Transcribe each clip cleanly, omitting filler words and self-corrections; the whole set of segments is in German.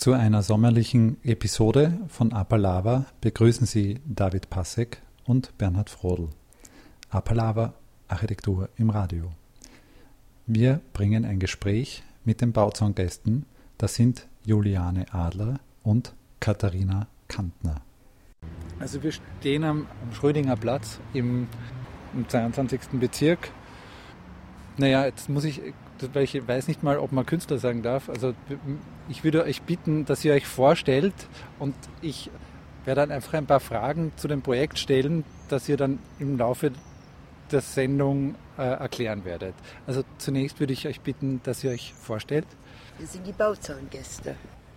Zu einer sommerlichen Episode von Apalava begrüßen Sie David Passek und Bernhard Frodl. Apalava, Architektur im Radio. Wir bringen ein Gespräch mit den Bauzaungästen. Das sind Juliane Adler und Katharina Kantner. Also wir stehen am Schrödinger Platz im 22. Bezirk. Naja, jetzt muss ich, weil ich weiß nicht mal, ob man Künstler sagen darf. Also ich würde euch bitten, dass ihr euch vorstellt und ich werde dann einfach ein paar Fragen zu dem Projekt stellen, das ihr dann im Laufe der Sendung erklären werdet. Also zunächst würde ich euch bitten, dass ihr euch vorstellt. Wir sind die Bauzaungäste.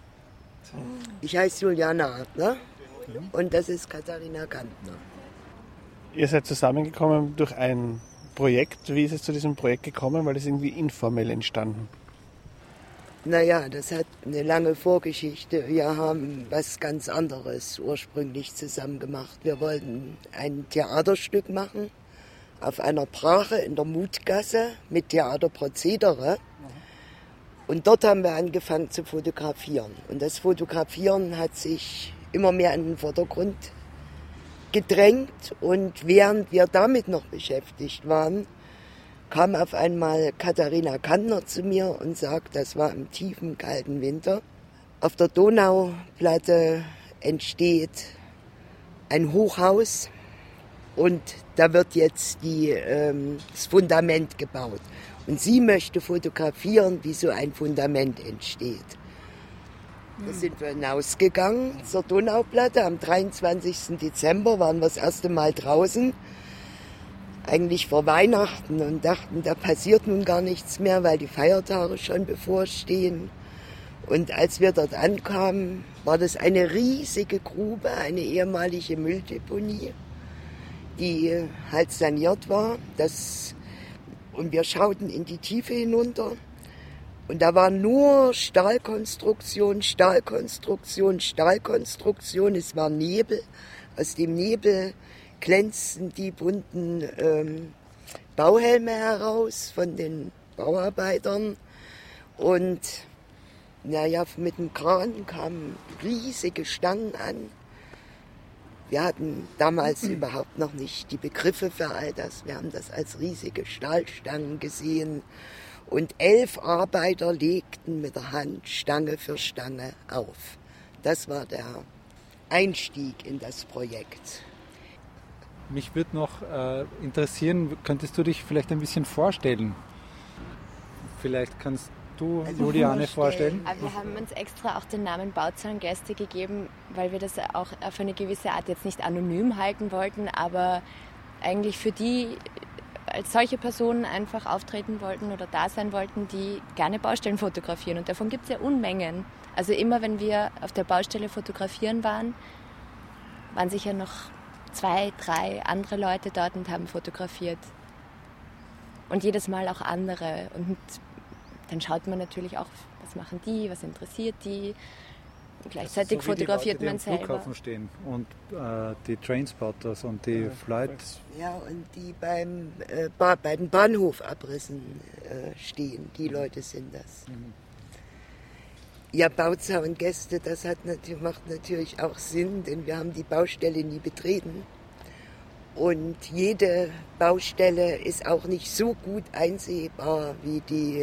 Ich heiße Juliane Adler und das ist Katharina Kantner. Ihr seid zusammengekommen durch ein Projekt. Wie ist es zu diesem Projekt gekommen? Weil das irgendwie informell entstanden. Naja, das hat eine lange Vorgeschichte. Wir haben was ganz anderes ursprünglich zusammen gemacht. Wir wollten ein Theaterstück machen auf einer Brache in der Mutgasse mit Theaterprozedere. Und dort haben wir angefangen zu fotografieren. Und das Fotografieren hat sich immer mehr in den Vordergrund gedrängt. Und während wir damit noch beschäftigt waren, kam auf einmal Katharina Kantner zu mir und sagt, das war im tiefen, kalten Winter, auf der Donauplatte entsteht ein Hochhaus und da wird jetzt das Fundament gebaut. Und sie möchte fotografieren, wie so ein Fundament entsteht. Da sind wir hinausgegangen zur Donauplatte. Am 23. Dezember waren wir das erste Mal draußen, eigentlich vor Weihnachten, und dachten, da passiert nun gar nichts mehr, weil die Feiertage schon bevorstehen. Und als wir dort ankamen, war das eine riesige Grube, eine ehemalige Mülldeponie, die halt saniert war. Und wir schauten in die Tiefe hinunter. Und da war nur Stahlkonstruktion, Stahlkonstruktion, Stahlkonstruktion. Es war Nebel. Aus dem Nebel glänzten die bunten Bauhelme heraus von den Bauarbeitern. Und naja, mit dem Kran kamen riesige Stangen an. Wir hatten damals überhaupt noch nicht die Begriffe für all das. Wir haben das als riesige Stahlstangen gesehen. Und 11 Arbeiter legten mit der Hand Stange für Stange auf. Das war der Einstieg in das Projekt. Mich würde noch interessieren, könntest du dich vielleicht ein bisschen vorstellen? Vielleicht kannst du Juliane vorstellen? Aber wir haben uns extra auch den Namen Bauzaungäste gegeben, weil wir das auch auf eine gewisse Art jetzt nicht anonym halten wollten, aber eigentlich für die als solche Personen einfach auftreten wollten oder da sein wollten, die gerne Baustellen fotografieren. Und davon gibt es ja Unmengen. Also immer, wenn wir auf der Baustelle fotografieren waren sicher noch 2, 3 andere Leute dort und haben fotografiert. Und jedes Mal auch andere. Und dann schaut man natürlich auch, was machen die, was interessiert die. Gleichzeitig so fotografiert man selber. Die am Flughafen stehen und die Trainspotters und die Flights. Ja, und die bei den Bahnhofabrissen stehen. Die Leute sind das. Mhm. Ja, Bauzaungäste, das macht natürlich auch Sinn, denn wir haben die Baustelle nie betreten. Und jede Baustelle ist auch nicht so gut einsehbar wie die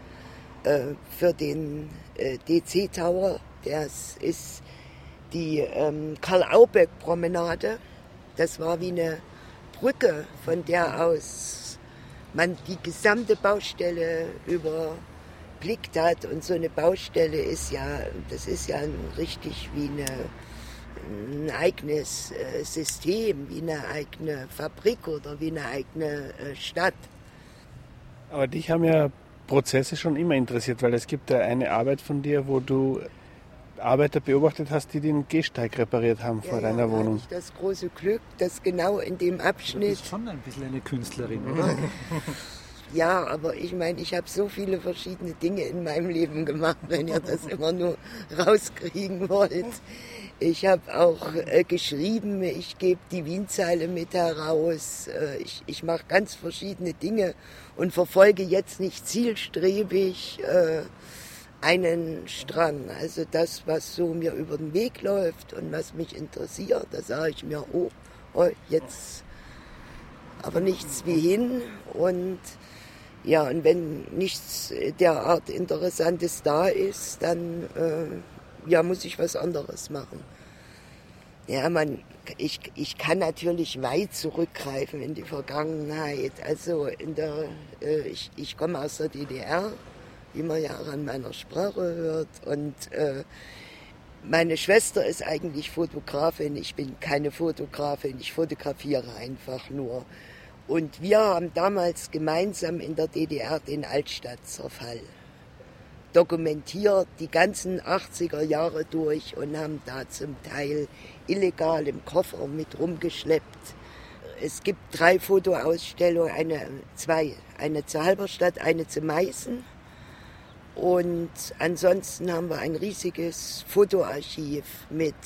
für den DC Tower. Das ist die Karl-Aubeck-Promenade. Das war wie eine Brücke, von der aus man die gesamte Baustelle überblickt hat. Und so eine Baustelle ist ja richtig wie ein eigenes System, wie eine eigene Fabrik oder wie eine eigene Stadt. Aber dich haben ja Prozesse schon immer interessiert, weil es gibt ja eine Arbeit von dir, wo du Arbeiter beobachtet hast, die den Gehsteig repariert haben vor deiner Wohnung. Ich das große Glück, dass genau in dem Abschnitt... Du bist schon ein bisschen eine Künstlerin, oder? Ja, aber ich meine, ich habe so viele verschiedene Dinge in meinem Leben gemacht, wenn ihr das immer nur rauskriegen wollt. Ich habe auch geschrieben, ich gebe die Wienzeile mit heraus. Ich mache ganz verschiedene Dinge und verfolge jetzt nicht zielstrebig einen Strang. Also das, was so mir über den Weg läuft und was mich interessiert, da sage ich mir, oh, jetzt aber nichts wie hin. Und ja, und wenn nichts derart Interessantes da ist, dann muss ich was anderes machen. Ja, ich kann natürlich weit zurückgreifen in die Vergangenheit. Also ich komme aus der DDR, wie man ja auch an meiner Sprache hört. Und meine Schwester ist eigentlich Fotografin. Ich bin keine Fotografin, ich fotografiere einfach nur. Und wir haben damals gemeinsam in der DDR den Altstadtzerfall dokumentiert, die ganzen 80er Jahre durch und haben da zum Teil illegal im Koffer mit rumgeschleppt. Es gibt 3 Fotoausstellungen, eine zur Halberstadt, eine zu Meißen. Und ansonsten haben wir ein riesiges Fotoarchiv mit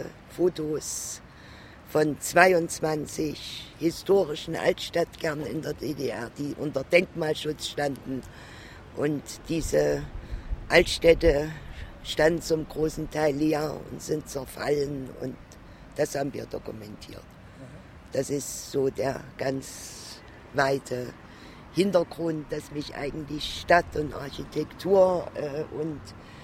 Fotos von 22 historischen Altstadtkernen in der DDR, die unter Denkmalschutz standen. Und diese Altstädte standen zum großen Teil leer und sind zerfallen und das haben wir dokumentiert. Das ist so der ganz weite Hintergrund, dass mich eigentlich Stadt und Architektur und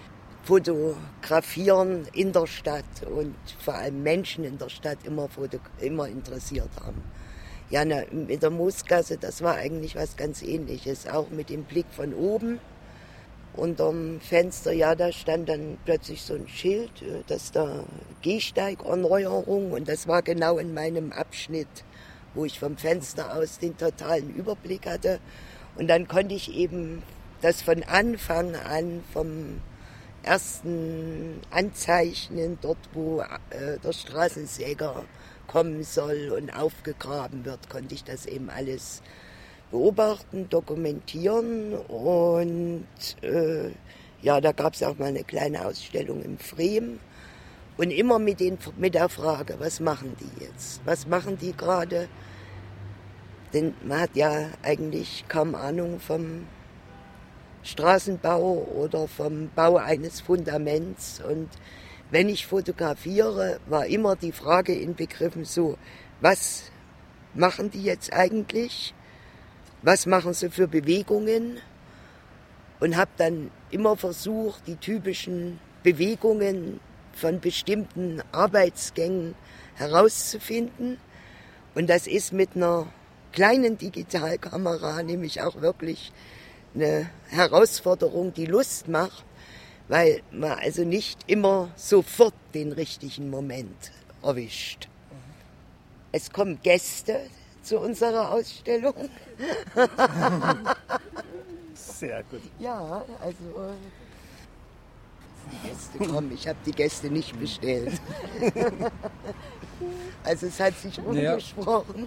Fotografieren in der Stadt und vor allem Menschen in der Stadt immer interessiert haben. Ja, mit der Moosgasse, das war eigentlich was ganz Ähnliches, auch mit dem Blick von oben. Unterm Fenster, ja, da stand dann plötzlich so ein Schild, dass da Gehsteigerneuerung, und das war genau in meinem Abschnitt, wo ich vom Fenster aus den totalen Überblick hatte. Und dann konnte ich eben das von Anfang an, vom ersten Anzeichnen, dort wo der Straßensäger kommen soll und aufgegraben wird, konnte ich das eben alles beobachten, dokumentieren. Und da gab es auch mal eine kleine Ausstellung im Frehm. Und immer mit der Frage, was machen die jetzt? Was machen die gerade? Denn man hat ja eigentlich kaum Ahnung vom Straßenbau oder vom Bau eines Fundaments. Und wenn ich fotografiere, war immer die Frage inbegriffen so, was machen die jetzt eigentlich? Was machen sie für Bewegungen? Und habe dann immer versucht, die typischen Bewegungen von bestimmten Arbeitsgängen herauszufinden. Und das ist mit einer kleinen Digitalkamera nämlich auch wirklich eine Herausforderung, die Lust macht, weil man also nicht immer sofort den richtigen Moment erwischt. Es kommen Gäste zu unserer Ausstellung. Sehr gut. Ja, also die Gäste kommen. Ich habe die Gäste nicht bestellt. Also es hat sich rumgesprochen.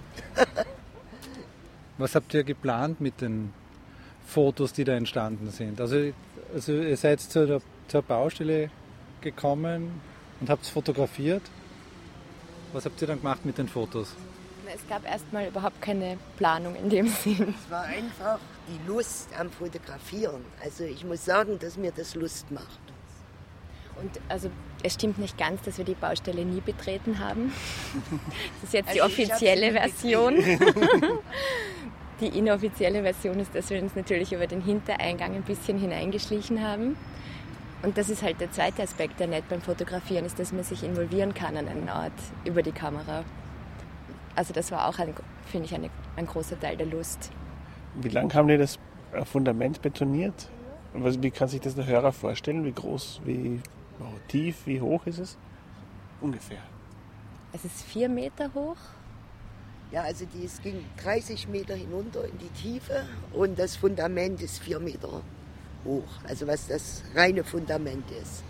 Was habt ihr geplant mit den Fotos, die da entstanden sind? Also ihr seid zur Baustelle gekommen und habt es fotografiert. Was habt ihr dann gemacht mit den Fotos? Es gab erstmal überhaupt keine Planung in dem Sinn. Es war einfach die Lust am Fotografieren. Also ich muss sagen, dass mir das Lust macht. Und also es stimmt nicht ganz, dass wir die Baustelle nie betreten haben. Das ist jetzt die offizielle Version. Die inoffizielle Version ist, dass wir uns natürlich über den Hintereingang ein bisschen hineingeschlichen haben. Und das ist halt der zweite Aspekt, der nett beim Fotografieren ist, dass man sich involvieren kann an einen Ort über die Kamera. Also das war auch, finde ich, ein großer Teil der Lust. Wie lange haben die das Fundament betoniert? Wie kann sich das der Hörer vorstellen? Wie groß, wie tief, wie hoch ist es? Ungefähr. Es ist 4 Meter hoch. Ja, also es ging 30 Meter hinunter in die Tiefe und das Fundament ist 4 Meter hoch. Also was das reine Fundament ist.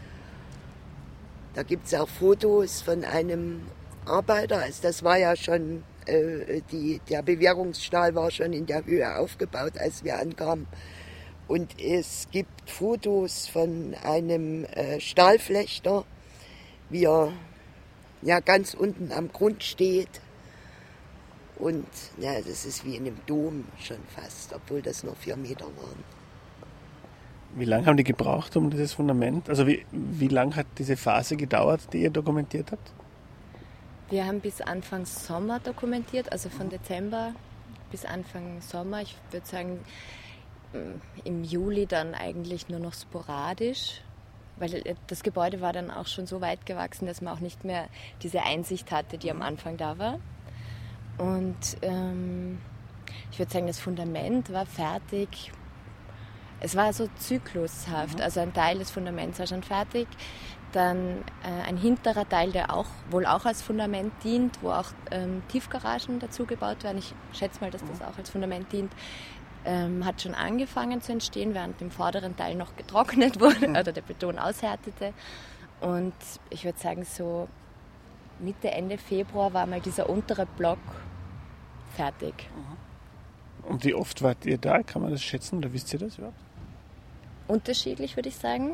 Da gibt es auch Fotos von einem Arbeiter. Also das war ja schon, der Bewährungsstahl war schon in der Höhe aufgebaut, als wir ankamen. Und es gibt Fotos von einem Stahlflechter, wie er ja ganz unten am Grund steht. Und ja, das ist wie in einem Dom schon fast, obwohl das nur 4 Meter waren. Wie lange haben die gebraucht, um dieses Fundament? Also wie lange hat diese Phase gedauert, die ihr dokumentiert habt? Wir haben bis Anfang Sommer dokumentiert, also von Dezember bis Anfang Sommer. Ich würde sagen, im Juli dann eigentlich nur noch sporadisch, weil das Gebäude war dann auch schon so weit gewachsen, dass man auch nicht mehr diese Einsicht hatte, die am Anfang da war. Und ich würde sagen, das Fundament war fertig. Es war so zyklushaft, also ein Teil des Fundaments war schon fertig. Dann ein hinterer Teil, der wohl auch als Fundament dient, wo auch Tiefgaragen dazu gebaut werden. Ich schätze mal, dass das auch als Fundament dient. Hat schon angefangen zu entstehen, während im vorderen Teil noch getrocknet wurde oder der Beton aushärtete. Und ich würde sagen, so Mitte, Ende Februar war mal dieser untere Block fertig. Und wie oft wart ihr da? Kann man das schätzen oder wisst ihr das überhaupt? Unterschiedlich, würde ich sagen.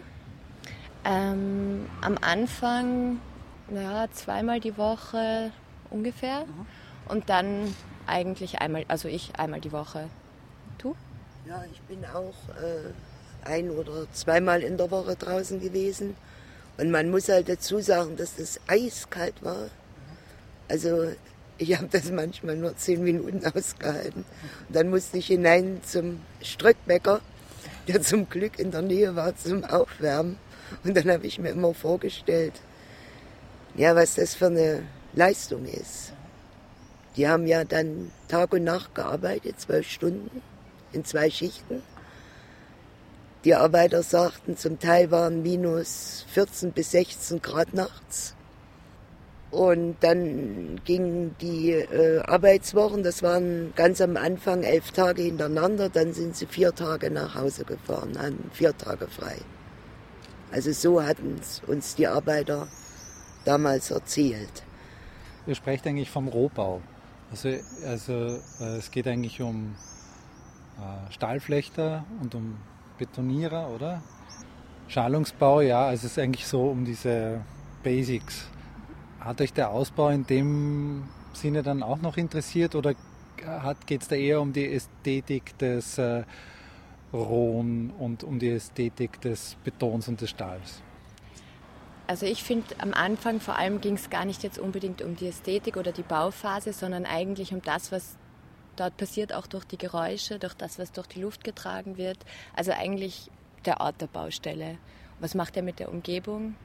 Am Anfang, zweimal die Woche ungefähr. Und dann eigentlich einmal die Woche. Du? Ja, ich bin auch ein- oder zweimal in der Woche draußen gewesen. Und man muss halt dazu sagen, dass das eiskalt war. Also ich habe das manchmal nur 10 Minuten ausgehalten. Und dann musste ich hinein zum Ströckbäcker, der zum Glück in der Nähe war zum Aufwärmen. Und dann habe ich mir immer vorgestellt, ja, was das für eine Leistung ist. Die haben ja dann Tag und Nacht gearbeitet, 12 Stunden in 2 Schichten. Die Arbeiter sagten, zum Teil waren minus 14 bis 16 Grad nachts. Und dann gingen die Arbeitswochen, das waren ganz am Anfang 11 Tage hintereinander, dann sind sie 4 Tage nach Hause gefahren, hatten 4 Tage frei. Also so hatten uns die Arbeiter damals erzählt. Ihr sprecht eigentlich vom Rohbau. Also es geht eigentlich um Stahlflechter und um Betonierer, oder? Schalungsbau, ja, also es ist eigentlich so um diese Basics. Hat euch der Ausbau in dem Sinne dann auch noch interessiert oder geht es da eher um die Ästhetik des Rohen und um die Ästhetik des Betons und des Stahls? Also ich finde, am Anfang vor allem ging es gar nicht jetzt unbedingt um die Ästhetik oder die Bauphase, sondern eigentlich um das, was dort passiert, auch durch die Geräusche, durch das, was durch die Luft getragen wird. Also eigentlich der Ort der Baustelle. Was macht er mit der Umgebung?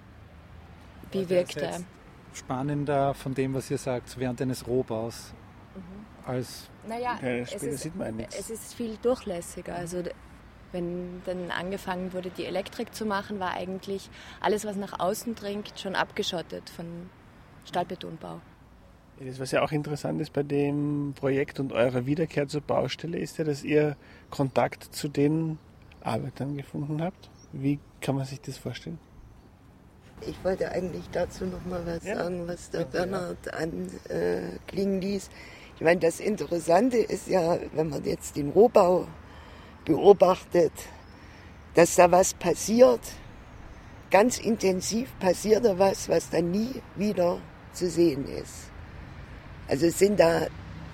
Wie wirkt er? Spannender von dem, was ihr sagt, während eines Rohbaus als... Naja, sieht man nichts. Es ist viel durchlässiger. Also wenn dann angefangen wurde, die Elektrik zu machen, war eigentlich alles, was nach außen dringt, schon abgeschottet von Stahlbetonbau. Das, was ja auch interessant ist bei dem Projekt und eurer Wiederkehr zur Baustelle, ist ja, dass ihr Kontakt zu den Arbeitern gefunden habt. Wie kann man sich das vorstellen? Ich wollte eigentlich dazu noch mal was sagen, was der Bernhard anklingen ließ. Ich meine, das Interessante ist ja, wenn man jetzt den Rohbau beobachtet, dass da was passiert, ganz intensiv passiert da was dann nie wieder zu sehen ist. Also es sind da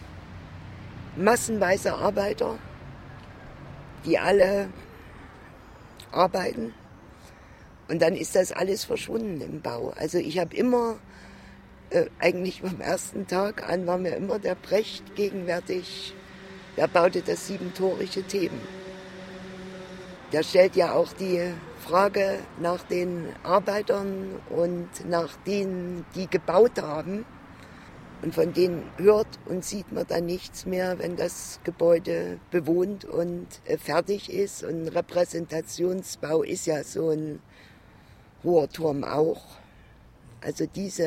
massenweise Arbeiter, die alle arbeiten und dann ist das alles verschwunden im Bau. Also ich habe immer, eigentlich vom ersten Tag an war mir immer der Brecht gegenwärtig, der baute das 7-torige Theben. Der stellt ja auch die Frage nach den Arbeitern und nach denen, die gebaut haben. Und von denen hört und sieht man dann nichts mehr, wenn das Gebäude bewohnt und fertig ist. Und ein Repräsentationsbau ist ja so ein hoher Turm auch. Also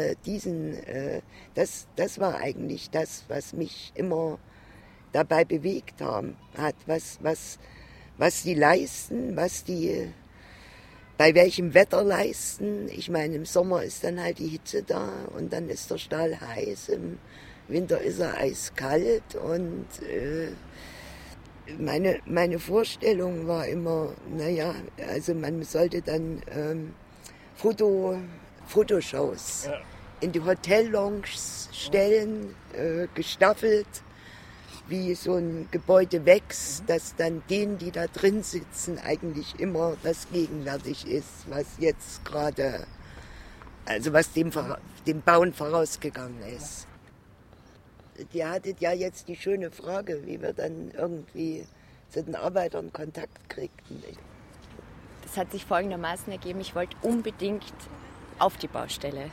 das war eigentlich das, was mich immer dabei bewegt hat, was die leisten, bei welchem Wetter leisten. Ich meine, im Sommer ist dann halt die Hitze da und dann ist der Stahl heiß, im Winter ist er eiskalt und meine Vorstellung war immer, also man sollte dann Fotoshows in die Hotellounges stellen, gestaffelt, wie so ein Gebäude wächst, dass dann denen, die da drin sitzen, eigentlich immer das gegenwärtig ist, was jetzt gerade, also was dem Bauen vorausgegangen ist. Ihr hattet ja jetzt die schöne Frage, wie wir dann irgendwie zu den Arbeitern Kontakt kriegten. Das hat sich folgendermaßen ergeben, ich wollte unbedingt auf die Baustelle.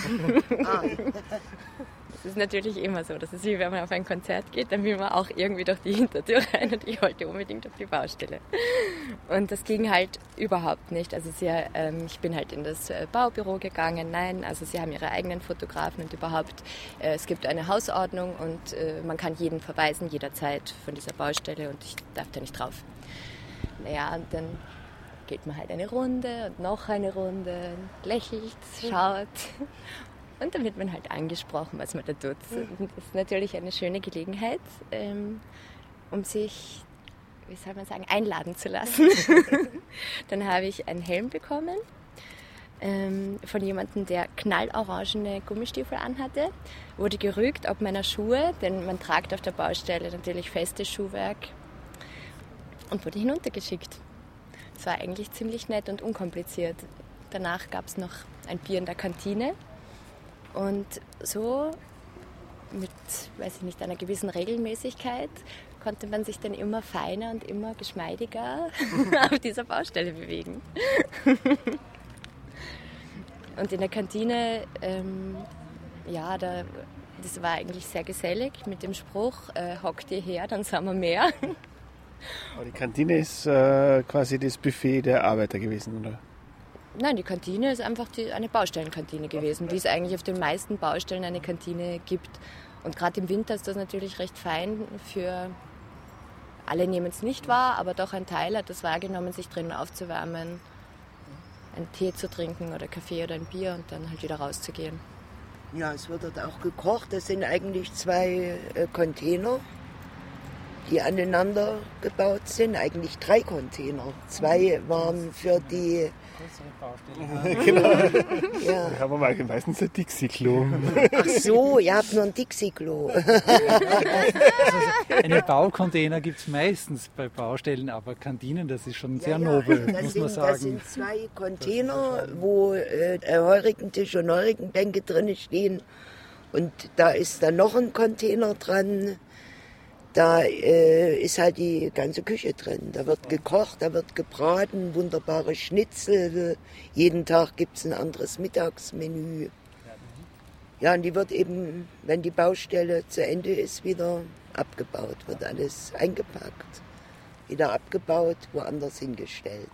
Das ist natürlich immer so. Das ist wie wenn man auf ein Konzert geht, dann will man auch irgendwie durch die Hintertür rein und ich wollte unbedingt auf die Baustelle. Und das ging halt überhaupt nicht. Also ich bin halt in das Baubüro gegangen. Nein, also sie haben ihre eigenen Fotografen und überhaupt, es gibt eine Hausordnung und man kann jeden verweisen jederzeit von dieser Baustelle und ich darf da nicht drauf. Naja, und dann geht man halt eine Runde und noch eine Runde, lächelt, schaut. Und dann wird man halt angesprochen, was man da tut. Das ist natürlich eine schöne Gelegenheit, um sich, wie soll man sagen, einladen zu lassen. Dann habe ich einen Helm bekommen von jemandem, der knallorangene Gummistiefel anhatte. Wurde gerügt ob meiner Schuhe, denn man tragt auf der Baustelle natürlich festes Schuhwerk und wurde hinuntergeschickt. Das war eigentlich ziemlich nett und unkompliziert. Danach gab es noch ein Bier in der Kantine. Und so mit, weiß ich nicht, einer gewissen Regelmäßigkeit konnte man sich dann immer feiner und immer geschmeidiger auf dieser Baustelle bewegen. Und in der Kantine, das war eigentlich sehr gesellig mit dem Spruch, hockt ihr her, dann sind wir mehr. Aber die Kantine ist quasi das Buffet der Arbeiter gewesen, oder? Nein, die Kantine ist einfach eine Baustellenkantine gewesen, wie es eigentlich auf den meisten Baustellen eine Kantine gibt. Und gerade im Winter ist das natürlich recht fein für alle, nehmen es nicht wahr, aber doch ein Teil hat das wahrgenommen, sich drinnen aufzuwärmen, einen Tee zu trinken oder Kaffee oder ein Bier und dann halt wieder rauszugehen. Ja, es wird dort auch gekocht. Das sind eigentlich 2 Container, die aneinander gebaut sind. Eigentlich 3 Container. 2 waren für die... Genau. Ja. Wir haben aber meistens ein Dixie-Klo. Ach so, ihr habt nur ein Dixie-Klo. Eine Baucontainer gibt es meistens bei Baustellen, aber Kantinen, das ist schon sehr nobel, muss man sagen. Das sind 2 Container, wo Heurigentisch und Heurigenbänke drin stehen. Und da ist dann noch ein Container dran. Da ist halt die ganze Küche drin. Da wird gekocht, da wird gebraten, wunderbare Schnitzel. Jeden Tag gibt es ein anderes Mittagsmenü. Ja, und die wird eben, wenn die Baustelle zu Ende ist, wieder abgebaut. Wird alles eingepackt, wieder abgebaut, woanders hingestellt.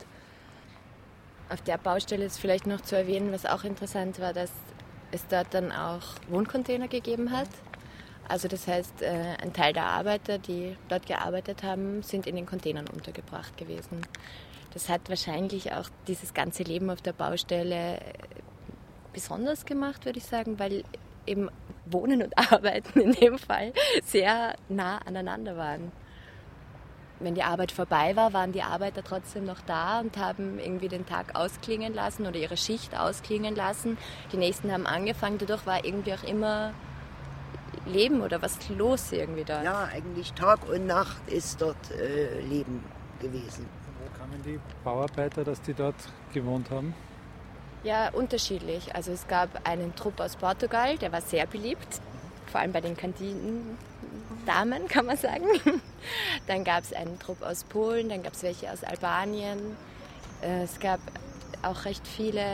Auf der Baustelle ist vielleicht noch zu erwähnen, was auch interessant war, dass es dort dann auch Wohncontainer gegeben hat. Also das heißt, ein Teil der Arbeiter, die dort gearbeitet haben, sind in den Containern untergebracht gewesen. Das hat wahrscheinlich auch dieses ganze Leben auf der Baustelle besonders gemacht, würde ich sagen, weil eben Wohnen und Arbeiten in dem Fall sehr nah aneinander waren. Wenn die Arbeit vorbei war, waren die Arbeiter trotzdem noch da und haben irgendwie den Tag ausklingen lassen oder ihre Schicht ausklingen lassen. Die nächsten haben angefangen, dadurch war irgendwie auch immer Leben oder was los irgendwie da? Ja, eigentlich Tag und Nacht ist dort Leben gewesen. Wo kamen die Bauarbeiter, dass die dort gewohnt haben? Ja, unterschiedlich. Also es gab einen Trupp aus Portugal, der war sehr beliebt, vor allem bei den Kantinendamen, kann man sagen. Dann gab es einen Trupp aus Polen, dann gab es welche aus Albanien. Es gab auch recht viele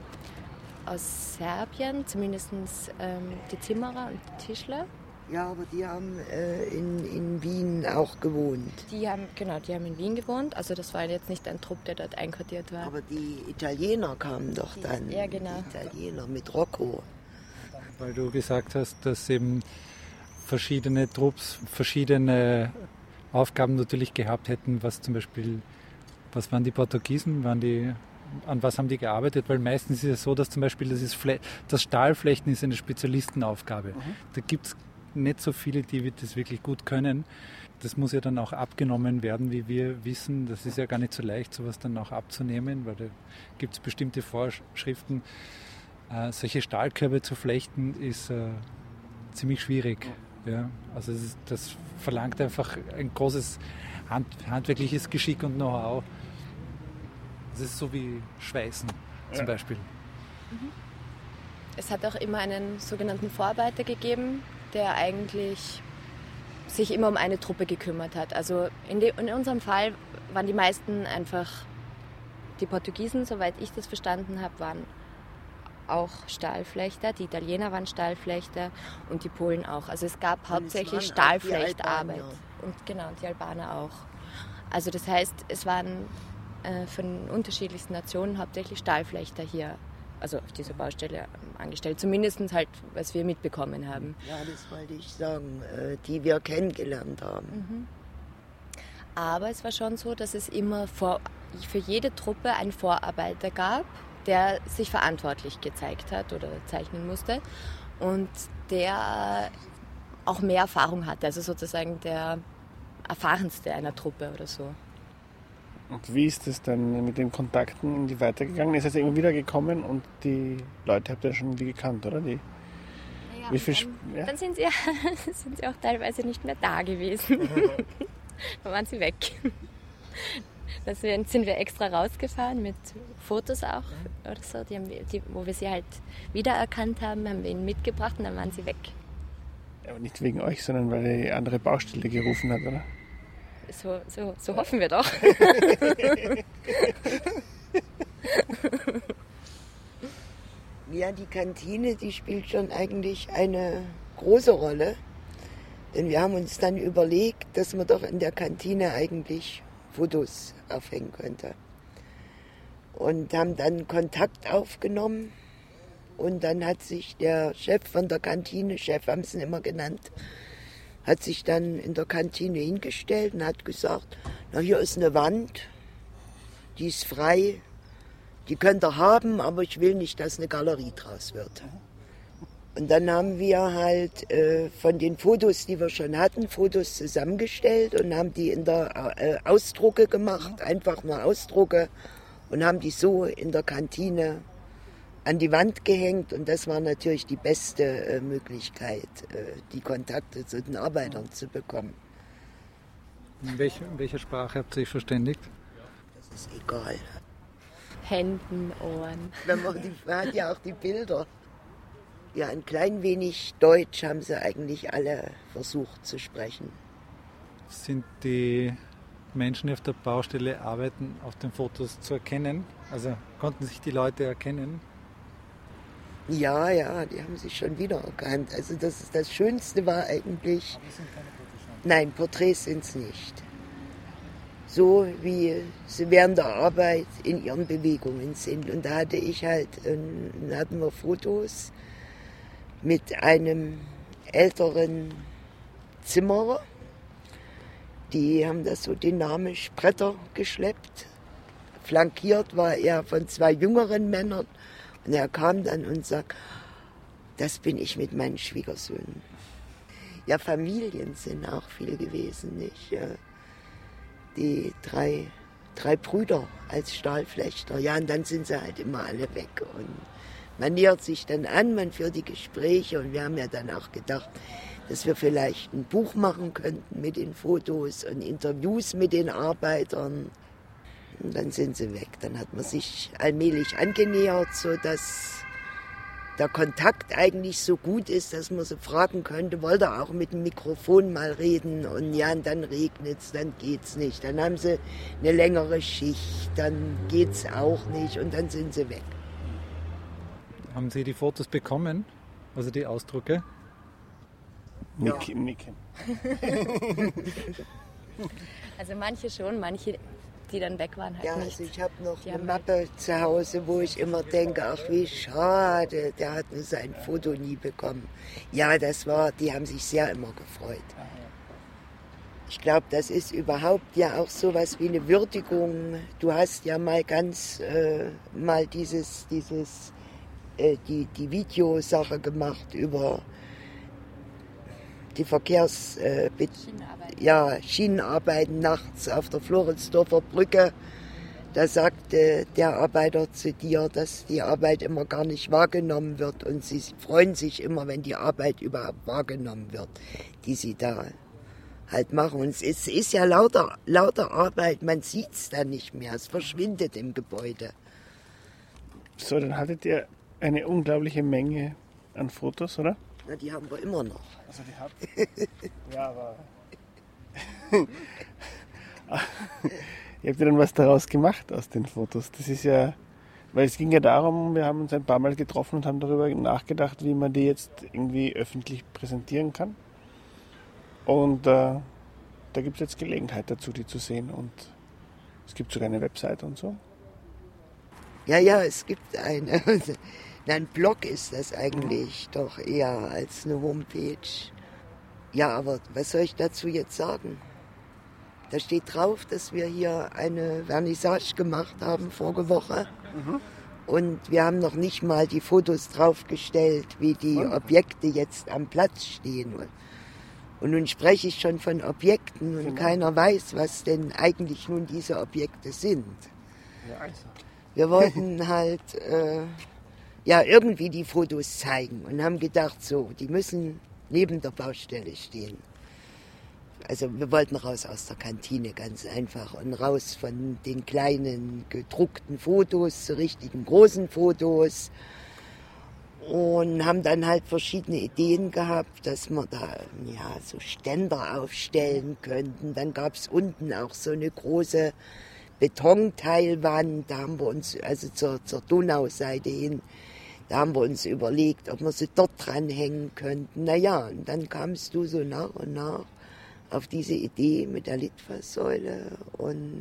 aus Serbien, zumindest die Zimmerer und die Tischler. Ja, aber die haben in Wien auch gewohnt. Die haben in Wien gewohnt. Also das war jetzt nicht ein Trupp, der dort einquartiert war. Aber die Italiener kamen doch dann. Ja, genau. Die Italiener mit Rocco. Weil du gesagt hast, dass eben verschiedene Trupps verschiedene Aufgaben natürlich gehabt hätten, was zum Beispiel, was waren die Portugiesen, an was haben die gearbeitet? Weil meistens ist es so, dass zum Beispiel das Stahlflechten ist eine Spezialistenaufgabe. Da gibt es nicht so viele, die das wirklich gut können. Das muss ja dann auch abgenommen werden, wie wir wissen. Das ist ja gar nicht so leicht, sowas dann auch abzunehmen, weil da gibt es bestimmte Vorschriften. Solche Stahlkörbe zu flechten ist ziemlich schwierig. Ja, also das verlangt einfach ein großes handwerkliches Geschick und Know-how. Das ist so wie Schweißen zum Beispiel. Es hat auch immer einen sogenannten Vorarbeiter gegeben, der eigentlich sich immer um eine Truppe gekümmert hat. Also in unserem Fall waren die meisten einfach die Portugiesen, soweit ich das verstanden habe, waren auch Stahlflechter. Die Italiener waren Stahlflechter und die Polen auch. Also es gab hauptsächlich Stahlflechtarbeit. Und genau, die Albaner auch. Also das heißt, es waren von unterschiedlichsten Nationen hauptsächlich Stahlflechter hier, also auf dieser Baustelle angestellt. Zumindest halt, was wir mitbekommen haben. Ja, das wollte ich sagen, die wir kennengelernt haben. Aber es war schon so, dass es immer für jede Truppe einen Vorarbeiter gab, der sich verantwortlich gezeigt hat oder zeichnen musste und der auch mehr Erfahrung hatte, also sozusagen der erfahrenste einer Truppe oder so. Und wie ist es dann mit den Kontakten irgendwie weitergegangen? Ist es irgendwie wieder gekommen und die Leute habt ihr schon irgendwie gekannt, oder? Dann sind sie auch teilweise nicht mehr da gewesen. Dann waren sie weg. Deswegen sind wir extra rausgefahren mit Fotos auch oder so, wo wir sie halt wiedererkannt haben wir ihnen mitgebracht und dann waren sie weg. Aber nicht wegen euch, sondern weil die andere Baustelle gerufen hat, oder? So hoffen wir doch. Ja, die Kantine, die spielt schon eigentlich eine große Rolle. Denn wir haben uns dann überlegt, dass man doch in der Kantine eigentlich Fotos aufhängen könnte. Und haben dann Kontakt aufgenommen. Und dann hat sich der Chef von der Kantine, Chef haben sie ihn immer genannt, hat sich dann in der Kantine hingestellt und hat gesagt, na, hier ist eine Wand, die ist frei, die könnt ihr haben, aber ich will nicht, dass eine Galerie draus wird. Und dann haben wir halt von den Fotos, die wir schon hatten, Fotos zusammengestellt und haben die in der Ausdrucke gemacht, einfach nur Ausdrucke und haben die so in der Kantine an die Wand gehängt und das war natürlich die beste Möglichkeit, die Kontakte zu den Arbeitern zu bekommen. In welcher Sprache habt ihr euch verständigt? Das ist egal. Händen, Ohren. Man hat ja auch die Bilder. Ja, ein klein wenig Deutsch haben sie eigentlich alle versucht zu sprechen. Sind die Menschen, die auf der Baustelle arbeiten, auf den Fotos zu erkennen? Also konnten sich die Leute erkennen? Ja, die haben sich schon wieder erkannt. Also das Schönste war eigentlich... Aber es sind keine Porträts. Nein, Porträts sind es nicht. So wie sie während der Arbeit in ihren Bewegungen sind. Und da hatten wir Fotos mit einem älteren Zimmerer. Die haben das so dynamisch Bretter geschleppt. Flankiert war er von 2 jüngeren Männern. Und er kam dann und sagt, das bin ich mit meinen Schwiegersöhnen. Ja, Familien sind auch viel gewesen, nicht? Ja. Die drei Brüder als Stahlflechter. Ja, und dann sind sie halt immer alle weg. Und man nähert sich dann an, man führt die Gespräche. Und wir haben ja dann auch gedacht, dass wir vielleicht ein Buch machen könnten mit den Fotos und Interviews mit den Arbeitern. Und dann sind sie weg. Dann hat man sich allmählich angenähert, sodass der Kontakt eigentlich so gut ist, dass man sie fragen könnte, wollt ihr auch mit dem Mikrofon mal reden? Und ja, und dann regnet's, dann geht's nicht. Dann haben sie eine längere Schicht, dann geht's auch nicht und dann sind sie weg. Haben Sie die Fotos bekommen, also die Ausdrucke? Nicken. Also manche schon, manche, die dann weg waren, halt ja, nicht. also ich habe noch Die eine haben Mappe zu Hause, wo ich immer denke, ach wie schade, der hat nur sein Foto nie bekommen. Ja, die haben sich sehr immer gefreut. Ich glaube, das ist überhaupt ja auch sowas wie eine Würdigung. Du hast ja mal mal die Videosache gemacht über die Schienenarbeiten nachts auf der Floridsdorfer Brücke. Da sagte der Arbeiter zu dir, dass die Arbeit immer gar nicht wahrgenommen wird und sie freuen sich immer, wenn die Arbeit überhaupt wahrgenommen wird, die sie da halt machen. Und es ist ja lauter Arbeit, man sieht es dann nicht mehr, es verschwindet im Gebäude. So, dann hattet ihr eine unglaubliche Menge an Fotos, oder? Na, die haben wir immer noch. Also die habt ja, aber ihr habt ja dann was daraus gemacht aus den Fotos. Das ist ja, weil es ging ja darum, wir haben uns ein paar Mal getroffen und haben darüber nachgedacht, wie man die jetzt irgendwie öffentlich präsentieren kann. Und da gibt es jetzt Gelegenheit dazu, die zu sehen. Und es gibt sogar eine Webseite und so. Ja, es gibt eine. Ein Blog ist das eigentlich doch eher als eine Homepage. Ja, aber was soll ich dazu jetzt sagen? Da steht drauf, dass wir hier eine Vernissage gemacht haben vorige Woche. Mhm. Und wir haben noch nicht mal die Fotos draufgestellt, wie die Objekte jetzt am Platz stehen. Und nun spreche ich schon von Objekten und keiner weiß, was denn eigentlich nun diese Objekte sind. Ja, also. Wir wollten halt irgendwie die Fotos zeigen und haben gedacht, so, die müssen neben der Baustelle stehen. Also wir wollten raus aus der Kantine, ganz einfach, und raus von den kleinen gedruckten Fotos zu richtigen großen Fotos. Und haben dann halt verschiedene Ideen gehabt, dass wir da so Ständer aufstellen könnten. Dann gab es unten auch so eine große Betonteilwand, da haben wir uns, also zur Donauseite hin, da haben wir uns überlegt, ob wir sie dort dranhängen könnten. Naja, und dann kamst du so nach und nach auf diese Idee mit der Litfaßsäule und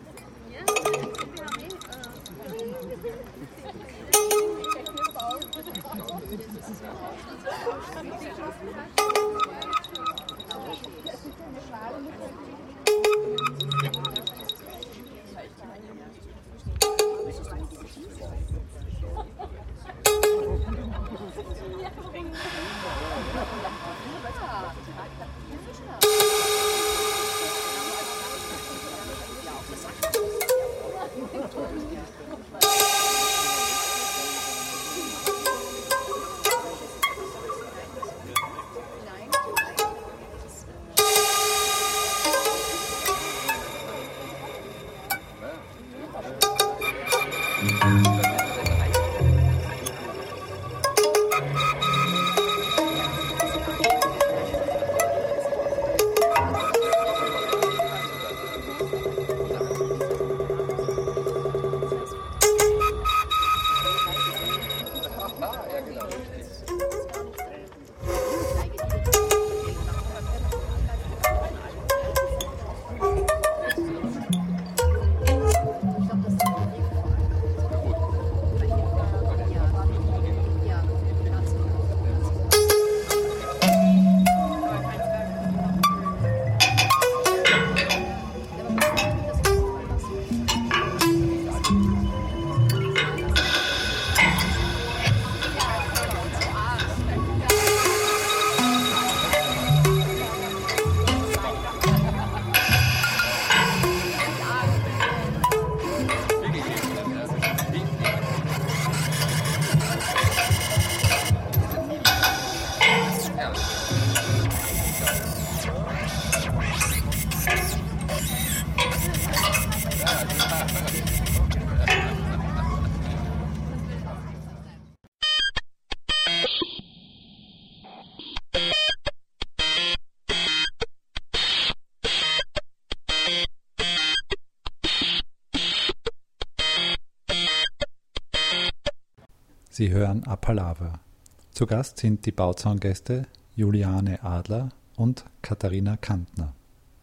Sie hören Apalava. Zu Gast sind die Bauzaungäste Juliane Adler und Katharina Kantner.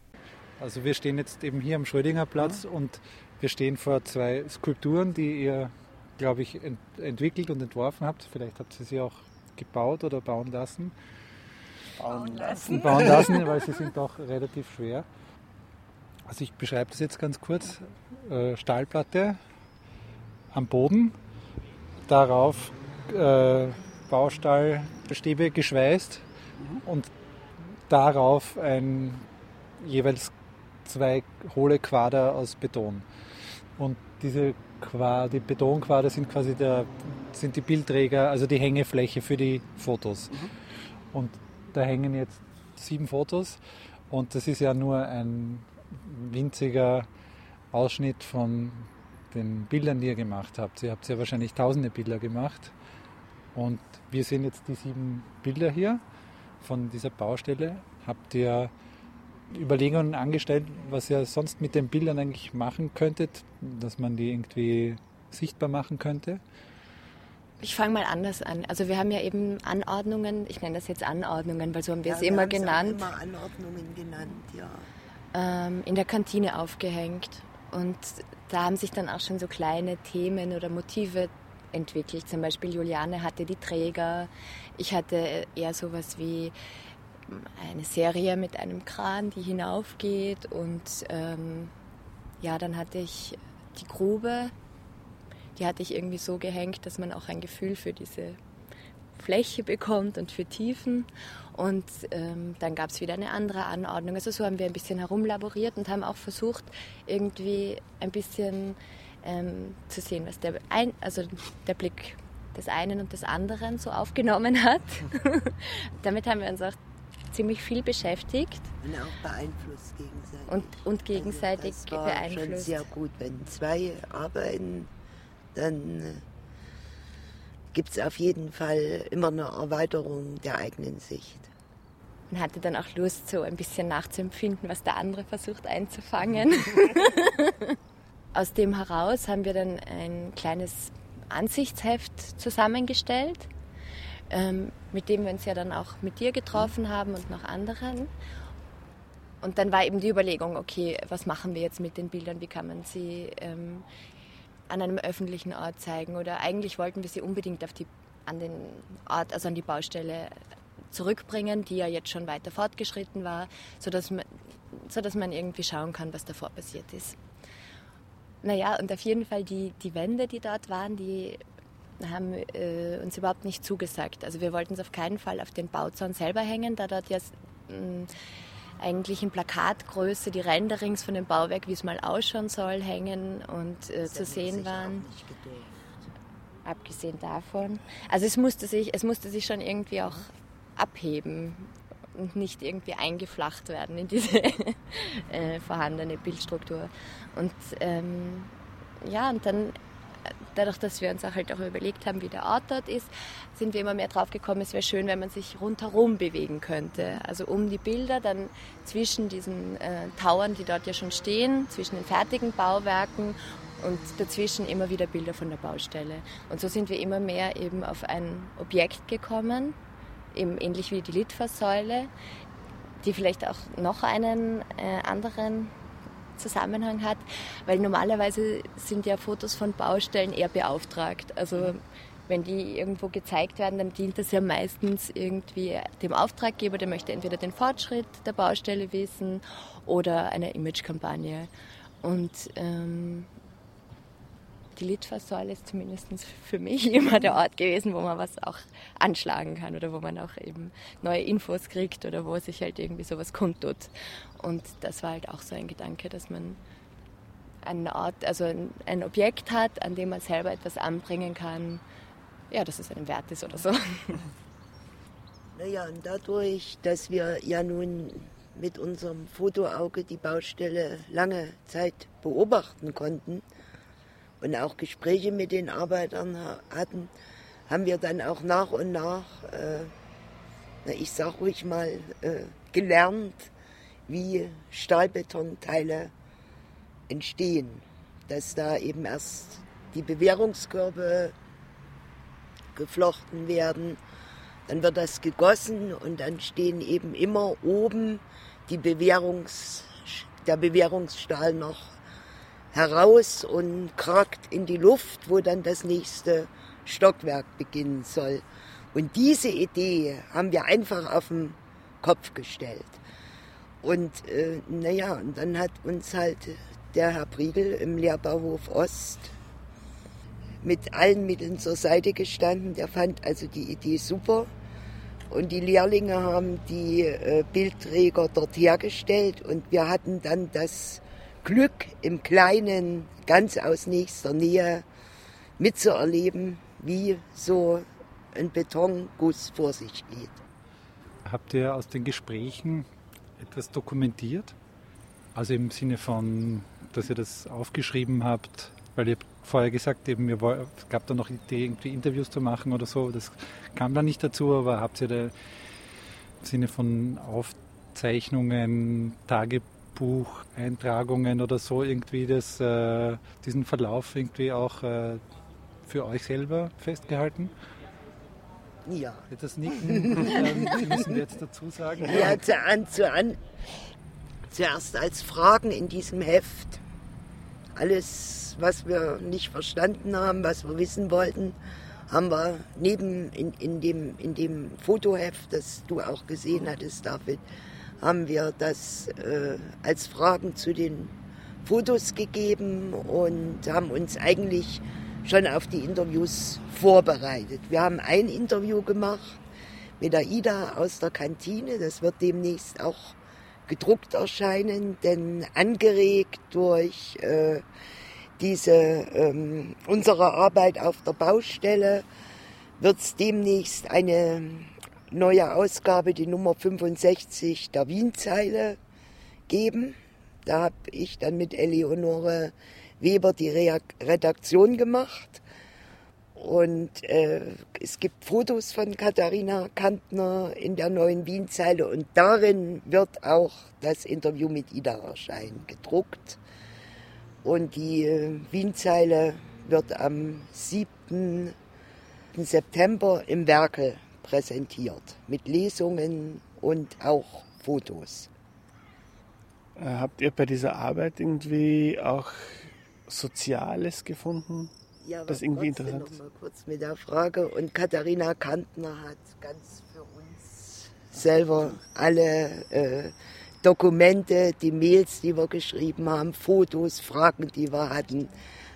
Also wir stehen jetzt eben hier am Schrödingerplatz und wir stehen vor zwei Skulpturen, die ihr, glaube ich, entwickelt und entworfen habt. Vielleicht habt ihr sie auch gebaut oder bauen lassen. Bauen lassen, weil sie sind doch relativ schwer. Also ich beschreibe das jetzt ganz kurz. Stahlplatte am Boden, darauf Baustahlstäbe geschweißt und darauf jeweils 2 hohle Quader aus Beton. Und die Betonquader sind quasi sind die Bildträger, also die Hängefläche für die Fotos. Und da hängen jetzt 7 Fotos und das ist ja nur ein winziger Ausschnitt von den Bildern, die ihr gemacht habt. Ihr habt ja wahrscheinlich tausende Bilder gemacht und wir sehen jetzt die 7 Bilder hier von dieser Baustelle. Habt ihr Überlegungen angestellt, was ihr sonst mit den Bildern eigentlich machen könntet, dass man die irgendwie sichtbar machen könnte? Ich fange mal anders an. Also wir haben ja eben Anordnungen, ich nenne das jetzt Anordnungen, weil so haben wir es immer genannt. Immer Anordnungen genannt, ja. In der Kantine aufgehängt. Und da haben sich dann auch schon so kleine Themen oder Motive entwickelt. Zum Beispiel Juliane hatte die Träger. Ich hatte eher sowas wie eine Serie mit einem Kran, die hinaufgeht. Und dann hatte ich die Grube. Die hatte ich irgendwie so gehängt, dass man auch ein Gefühl für diese Fläche bekommt und für Tiefen. Und dann gab es wieder eine andere Anordnung. Also so haben wir ein bisschen herumlaboriert und haben auch versucht, irgendwie ein bisschen zu sehen, was der Blick des einen und des anderen so aufgenommen hat. Damit haben wir uns auch ziemlich viel beschäftigt. Und auch beeinflusst gegenseitig. Und gegenseitig also das war beeinflusst. Schon sehr gut, wenn 2 arbeiten, dann gibt es auf jeden Fall immer eine Erweiterung der eigenen Sicht. Man hatte dann auch Lust, so ein bisschen nachzuempfinden, was der andere versucht einzufangen. Aus dem heraus haben wir dann ein kleines Ansichtsheft zusammengestellt, mit dem wir uns ja dann auch mit dir getroffen haben und noch anderen. Und dann war eben die Überlegung, okay, was machen wir jetzt mit den Bildern, wie kann man sie an einem öffentlichen Ort zeigen, oder eigentlich wollten wir sie unbedingt an den Ort, also an die Baustelle zurückbringen, die ja jetzt schon weiter fortgeschritten war, sodass man irgendwie schauen kann, was davor passiert ist. Naja, und auf jeden Fall die Wände, die dort waren, die haben uns überhaupt nicht zugesagt. Also wir wollten es auf keinen Fall auf den Bauzaun selber hängen, da dort ja eigentlich in Plakatgröße die Renderings von dem Bauwerk, wie es mal ausschauen soll, hängen und zu sehen waren. Abgesehen davon. Also es musste sich schon irgendwie auch abheben und nicht irgendwie eingeflacht werden in diese vorhandene Bildstruktur. Und und dann, dadurch, dass wir uns auch überlegt haben, wie der Ort dort ist, sind wir immer mehr drauf gekommen, es wäre schön, wenn man sich rundherum bewegen könnte. Also um die Bilder, dann zwischen diesen Towern, die dort ja schon stehen, zwischen den fertigen Bauwerken und dazwischen immer wieder Bilder von der Baustelle. Und so sind wir immer mehr eben auf ein Objekt gekommen, eben ähnlich wie die Litfaßsäule, die vielleicht auch noch einen anderen Zusammenhang hat, weil normalerweise sind ja Fotos von Baustellen eher beauftragt. Also wenn die irgendwo gezeigt werden, dann dient das ja meistens irgendwie dem Auftraggeber, der möchte entweder den Fortschritt der Baustelle wissen oder eine Imagekampagne. Und die Litfaßsäule ist zumindest für mich immer der Ort gewesen, wo man was auch anschlagen kann oder wo man auch eben neue Infos kriegt oder wo sich halt irgendwie sowas kundtut. Und das war halt auch so ein Gedanke, dass man einen Ort, also ein Objekt hat, an dem man selber etwas anbringen kann, ja, dass es einen Wert ist oder so. Naja, und dadurch, dass wir ja nun mit unserem Fotoauge die Baustelle lange Zeit beobachten konnten und auch Gespräche mit den Arbeitern hatten, haben wir dann auch nach und nach, ich sag ruhig mal, gelernt, wie Stahlbetonteile entstehen. Dass da eben erst die Bewehrungskörbe geflochten werden, dann wird das gegossen und dann stehen eben immer oben der Bewehrungsstahl noch heraus und kragt in die Luft, wo dann das nächste Stockwerk beginnen soll. Und diese Idee haben wir einfach auf den Kopf gestellt. Und und dann hat uns halt der Herr Priegel im Lehrbauhof Ost mit allen Mitteln zur Seite gestanden. Der fand also die Idee super. Und die Lehrlinge haben die Bildträger dort hergestellt und wir hatten dann das Glück im Kleinen, ganz aus nächster Nähe mitzuerleben, wie so ein Betonguss vor sich geht. Habt ihr aus den Gesprächen etwas dokumentiert? Also im Sinne von, dass ihr das aufgeschrieben habt, weil ihr vorher gesagt eben, es gab da noch Idee, irgendwie Interviews zu machen oder so. Das kam dann nicht dazu, aber habt ihr da im Sinne von Aufzeichnungen, Tagebucheintragungen oder so irgendwie diesen Verlauf irgendwie auch für euch selber festgehalten? Ja. Das Nicken müssen wir jetzt dazu sagen. Ja, zuerst als Fragen in diesem Heft. Alles, was wir nicht verstanden haben, was wir wissen wollten, haben wir in dem Fotoheft, das du auch gesehen hattest, David, haben wir das als Fragen zu den Fotos gegeben und haben uns eigentlich schon auf die Interviews vorbereitet. Wir haben ein Interview gemacht mit der Ida aus der Kantine, das wird demnächst auch gedruckt erscheinen, denn angeregt durch unsere Arbeit auf der Baustelle wird es demnächst eine neue Ausgabe, die Nummer 65 der Wienzeile geben. Da habe ich dann mit Eleonore Weber die Redaktion gemacht. Und es gibt Fotos von Katharina Kantner in der neuen Wienzeile und darin wird auch das Interview mit Ida erscheinen, gedruckt. Und die Wienzeile wird am 7. September im Werkel präsentiert, mit Lesungen und auch Fotos. Habt ihr bei dieser Arbeit irgendwie auch Soziales gefunden? Ja, das irgendwie interessant ist. Noch mal kurz mit der Frage. Und Katharina Kantner hat ganz für uns selber alle Dokumente, die Mails, die wir geschrieben haben, Fotos, Fragen, die wir hatten,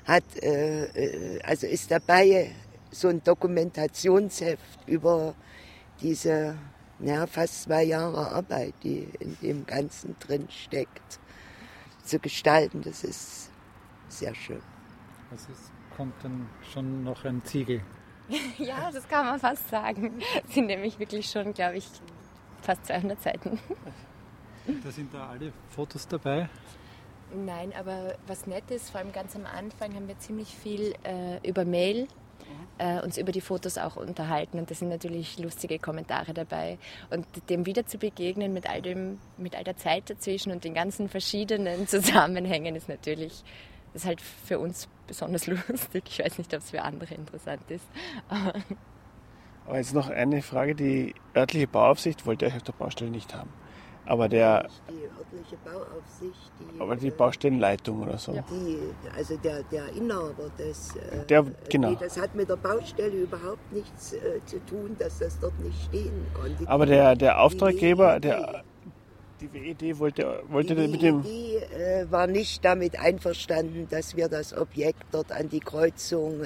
also ist dabei so ein Dokumentationsheft über diese fast 2 Jahre Arbeit, die in dem Ganzen drin steckt, zu gestalten. Das ist sehr schön. Kommt dann schon noch ein Ziegel. Ja, das kann man fast sagen. Das sind nämlich wirklich schon, glaube ich, fast 200 Seiten. Da sind da alle Fotos dabei? Nein, aber was nett ist, vor allem ganz am Anfang haben wir ziemlich viel über Mail uns über die Fotos auch unterhalten und da sind natürlich lustige Kommentare dabei. Und dem wieder zu begegnen mit all der Zeit dazwischen und den ganzen verschiedenen Zusammenhängen ist natürlich... Das ist halt für uns besonders lustig. Ich weiß nicht, ob es für andere interessant ist. Aber jetzt noch eine Frage. Die örtliche Bauaufsicht wollte euch auf der Baustelle nicht haben. Aber die örtliche Bauaufsicht... die Baustellenleitung oder so. Ja. Der Inhaber des... genau. Das hat mit der Baustelle überhaupt nichts zu tun, dass das dort nicht stehen konnte. Aber der Auftraggeber... Die WED wollte mit dem... Die war nicht damit einverstanden, dass wir das Objekt dort an die Kreuzung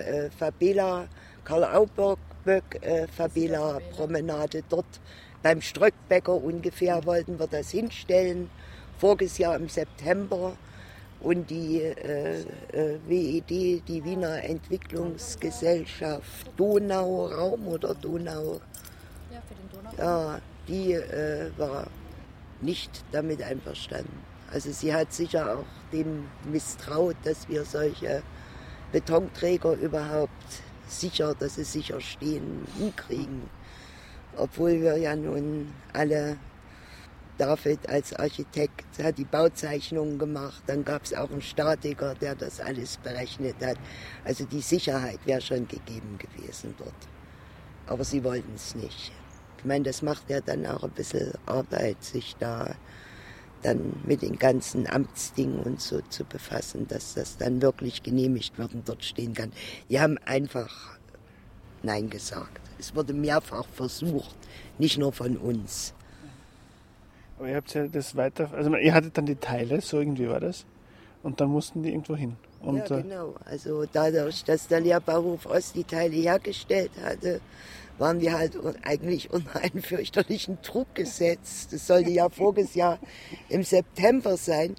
Karl-Auböck-Fabela-Promenade dort beim Ströckbäcker ungefähr wollten wir das hinstellen. Voriges Jahr im September. Und die WED, die Wiener Entwicklungsgesellschaft Donauraum oder Donau... Ja, für den Donau. Ja, die war... nicht damit einverstanden. Also sie hat sicher auch dem misstraut, dass wir solche Betonträger überhaupt dass sie sicher stehen, hinkriegen. Obwohl wir ja nun alle, David als Architekt hat die Bauzeichnungen gemacht, dann gab es auch einen Statiker, der das alles berechnet hat. Also die Sicherheit wäre schon gegeben gewesen dort. Aber sie wollten es nicht. Ich meine, das macht ja dann auch ein bisschen Arbeit, sich da dann mit den ganzen Amtsdingen und so zu befassen, dass das dann wirklich genehmigt wird und dort stehen kann. Die haben einfach Nein gesagt. Es wurde mehrfach versucht, nicht nur von uns. Aber ihr habt ja das weiter, also ihr hattet dann die Teile, so irgendwie war das, und dann mussten die irgendwo hin. Und, ja, genau. Also dadurch, dass der Lehrbauhof Ost die Teile hergestellt hatte, waren wir halt eigentlich unter einen fürchterlichen Druck gesetzt. Das sollte ja voriges Jahr im September sein.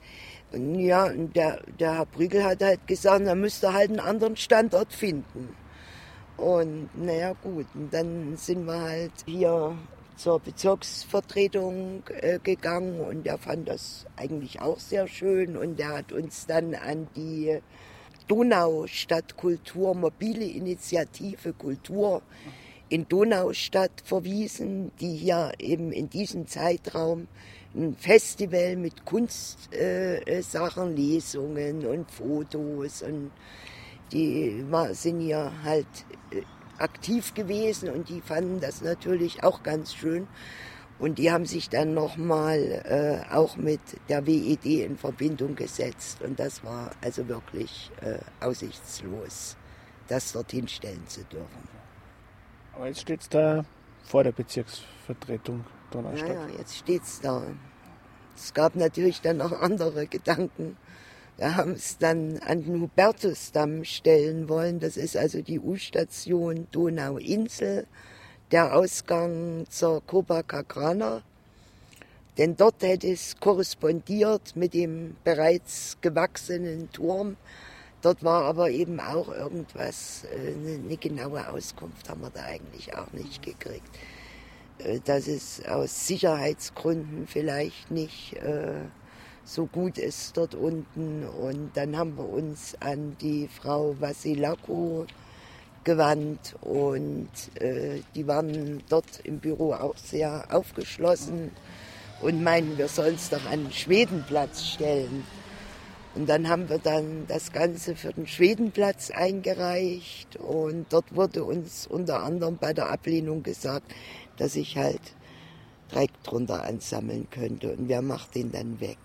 Und ja, der Herr Brügel hat halt gesagt, er müsste halt einen anderen Standort finden. Und naja gut, und dann sind wir halt hier zur Bezirksvertretung gegangen und der fand das eigentlich auch sehr schön und der hat uns dann an die Donaustadt-Kultur, mobile Initiative Kultur in Donaustadt verwiesen, die hier eben in diesem Zeitraum ein Festival mit Kunstsachen, Lesungen und Fotos und die sind hier halt aktiv gewesen und die fanden das natürlich auch ganz schön und die haben sich dann nochmal auch mit der WED in Verbindung gesetzt und das war also wirklich aussichtslos, das dorthin stellen zu dürfen. Aber jetzt steht es da vor der Bezirksvertretung Donaustadt. Ja, jetzt steht es da. Es gab natürlich dann noch andere Gedanken. Wir haben es dann an den Hubertusdamm stellen wollen. Das ist also die U-Station Donauinsel, der Ausgang zur Copacabana. Denn dort hätte es korrespondiert mit dem bereits gewachsenen Turm. Dort war aber eben auch irgendwas, eine genaue Auskunft haben wir da eigentlich auch nicht gekriegt. Dass es aus Sicherheitsgründen vielleicht nicht so gut ist dort unten. Und dann haben wir uns an die Frau Vasilako gewandt und die waren dort im Büro auch sehr aufgeschlossen und meinen, wir sollen es doch an den Schwedenplatz stellen. Und dann haben wir dann das Ganze für den Schwedenplatz eingereicht und dort wurde uns unter anderem bei der Ablehnung gesagt, dass ich halt Dreck drunter ansammeln könnte und wer macht den dann weg?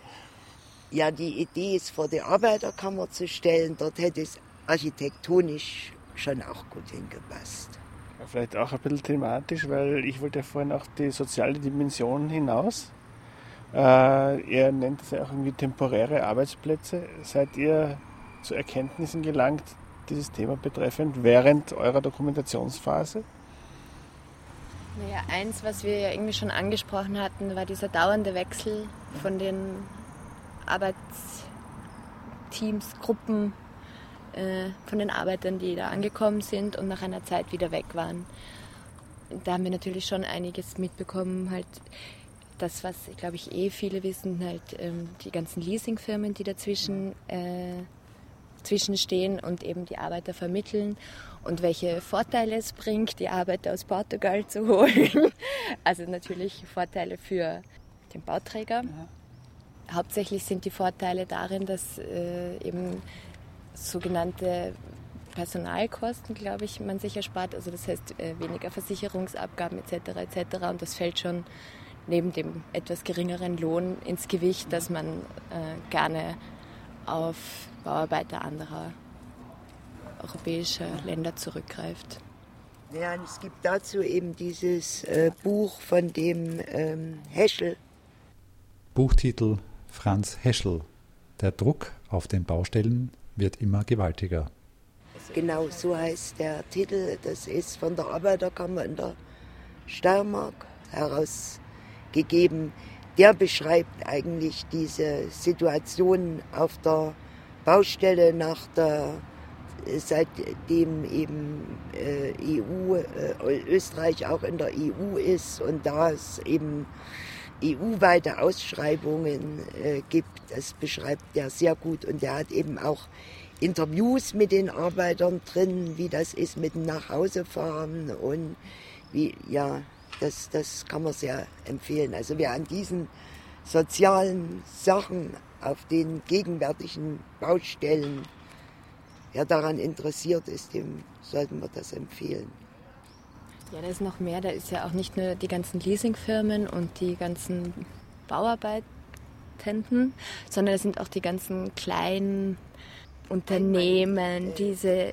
Ja, die Idee ist vor die Arbeiterkammer zu stellen, dort hätte es architektonisch schon auch gut hingepasst. Ja, vielleicht auch ein bisschen thematisch, weil ich wollte ja vorhin auch die soziale Dimension hinaus. Ihr nennt es ja auch irgendwie temporäre Arbeitsplätze. Seid ihr zu Erkenntnissen gelangt, dieses Thema betreffend, während eurer Dokumentationsphase? Naja, eins, was wir ja irgendwie schon angesprochen hatten, war dieser dauernde Wechsel von den Arbeitsteams, Gruppen, von den Arbeitern, die da angekommen sind und nach einer Zeit wieder weg waren. Da haben wir natürlich schon einiges mitbekommen, halt das, was, glaube ich, viele wissen, halt die ganzen Leasingfirmen, die dazwischen stehen und eben die Arbeiter vermitteln und welche Vorteile es bringt, die Arbeiter aus Portugal zu holen. Also natürlich Vorteile für den Bauträger. Hauptsächlich sind die Vorteile darin, dass eben sogenannte Personalkosten, glaube ich, man sich erspart. Also das heißt weniger Versicherungsabgaben etc. Und das fällt schon neben dem etwas geringeren Lohn ins Gewicht, dass man gerne auf Bauarbeiter anderer europäischer Länder zurückgreift. Ja, und es gibt dazu eben dieses Buch von dem Heschel. Buchtitel Franz Heschel. Der Druck auf den Baustellen wird immer gewaltiger. Genau, so heißt der Titel. Das ist von der Arbeiterkammer in der Steiermark herausgegeben. Der beschreibt eigentlich diese Situation auf der Baustelle seitdem eben Österreich auch in der EU ist und da es eben EU-weite Ausschreibungen gibt. Das beschreibt er sehr gut und er hat eben auch Interviews mit den Arbeitern drin, wie das ist mit dem Nachhausefahren und wie, ja, das kann man sehr empfehlen. Also wer an diesen sozialen Sachen auf den gegenwärtigen Baustellen daran interessiert ist, dem sollten wir das empfehlen. Ja, da ist noch mehr. Da ist ja auch nicht nur die ganzen Leasingfirmen und die ganzen Bauarbeitenden, sondern es sind auch die ganzen kleinen Unternehmen, diese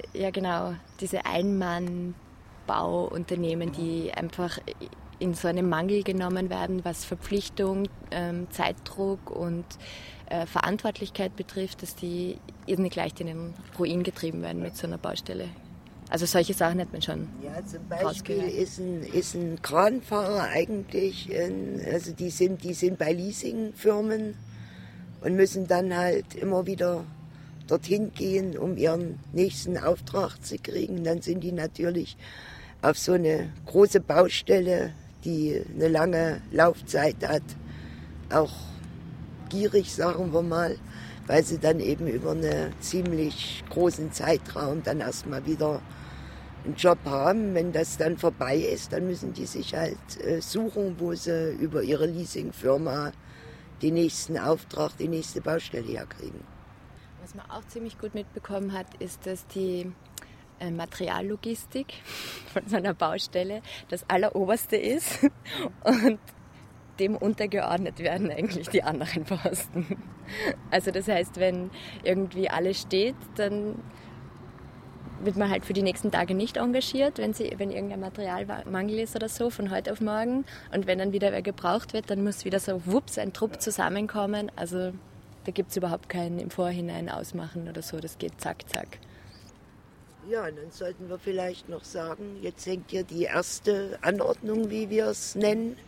Einmannbauunternehmen, die einfach in so einen Mangel genommen werden, was Verpflichtung, Zeitdruck und Verantwortlichkeit betrifft, dass die irrsinnig leicht in den Ruin getrieben werden mit so einer Baustelle. Also solche Sachen hat man schon. Ja, zum Beispiel ist ein Kranfahrer eigentlich, also die sind bei Leasingfirmen und müssen dann halt immer wieder dorthin gehen, um ihren nächsten Auftrag zu kriegen. Dann sind die natürlich auf so eine große Baustelle, die eine lange Laufzeit hat, auch gierig, sagen wir mal, weil sie dann eben über einen ziemlich großen Zeitraum dann erstmal wieder einen Job haben. Wenn das dann vorbei ist, dann müssen die sich halt suchen, wo sie über ihre Leasingfirma den nächsten Auftrag, die nächste Baustelle herkriegen. Was man auch ziemlich gut mitbekommen hat, ist, dass die Materiallogistik von so einer Baustelle das Alleroberste ist und dem untergeordnet werden eigentlich die anderen Posten. Also das heißt, wenn irgendwie alles steht, dann wird man halt für die nächsten Tage nicht engagiert, wenn irgendein Materialmangel ist oder so, von heute auf morgen. Und wenn dann wieder wer gebraucht wird, dann muss wieder so wups ein Trupp zusammenkommen. Also da gibt es überhaupt kein im Vorhinein ausmachen oder so, das geht zack, zack. Ja, und dann sollten wir vielleicht noch sagen, jetzt hängt hier die erste Anordnung, wie wir es nennen.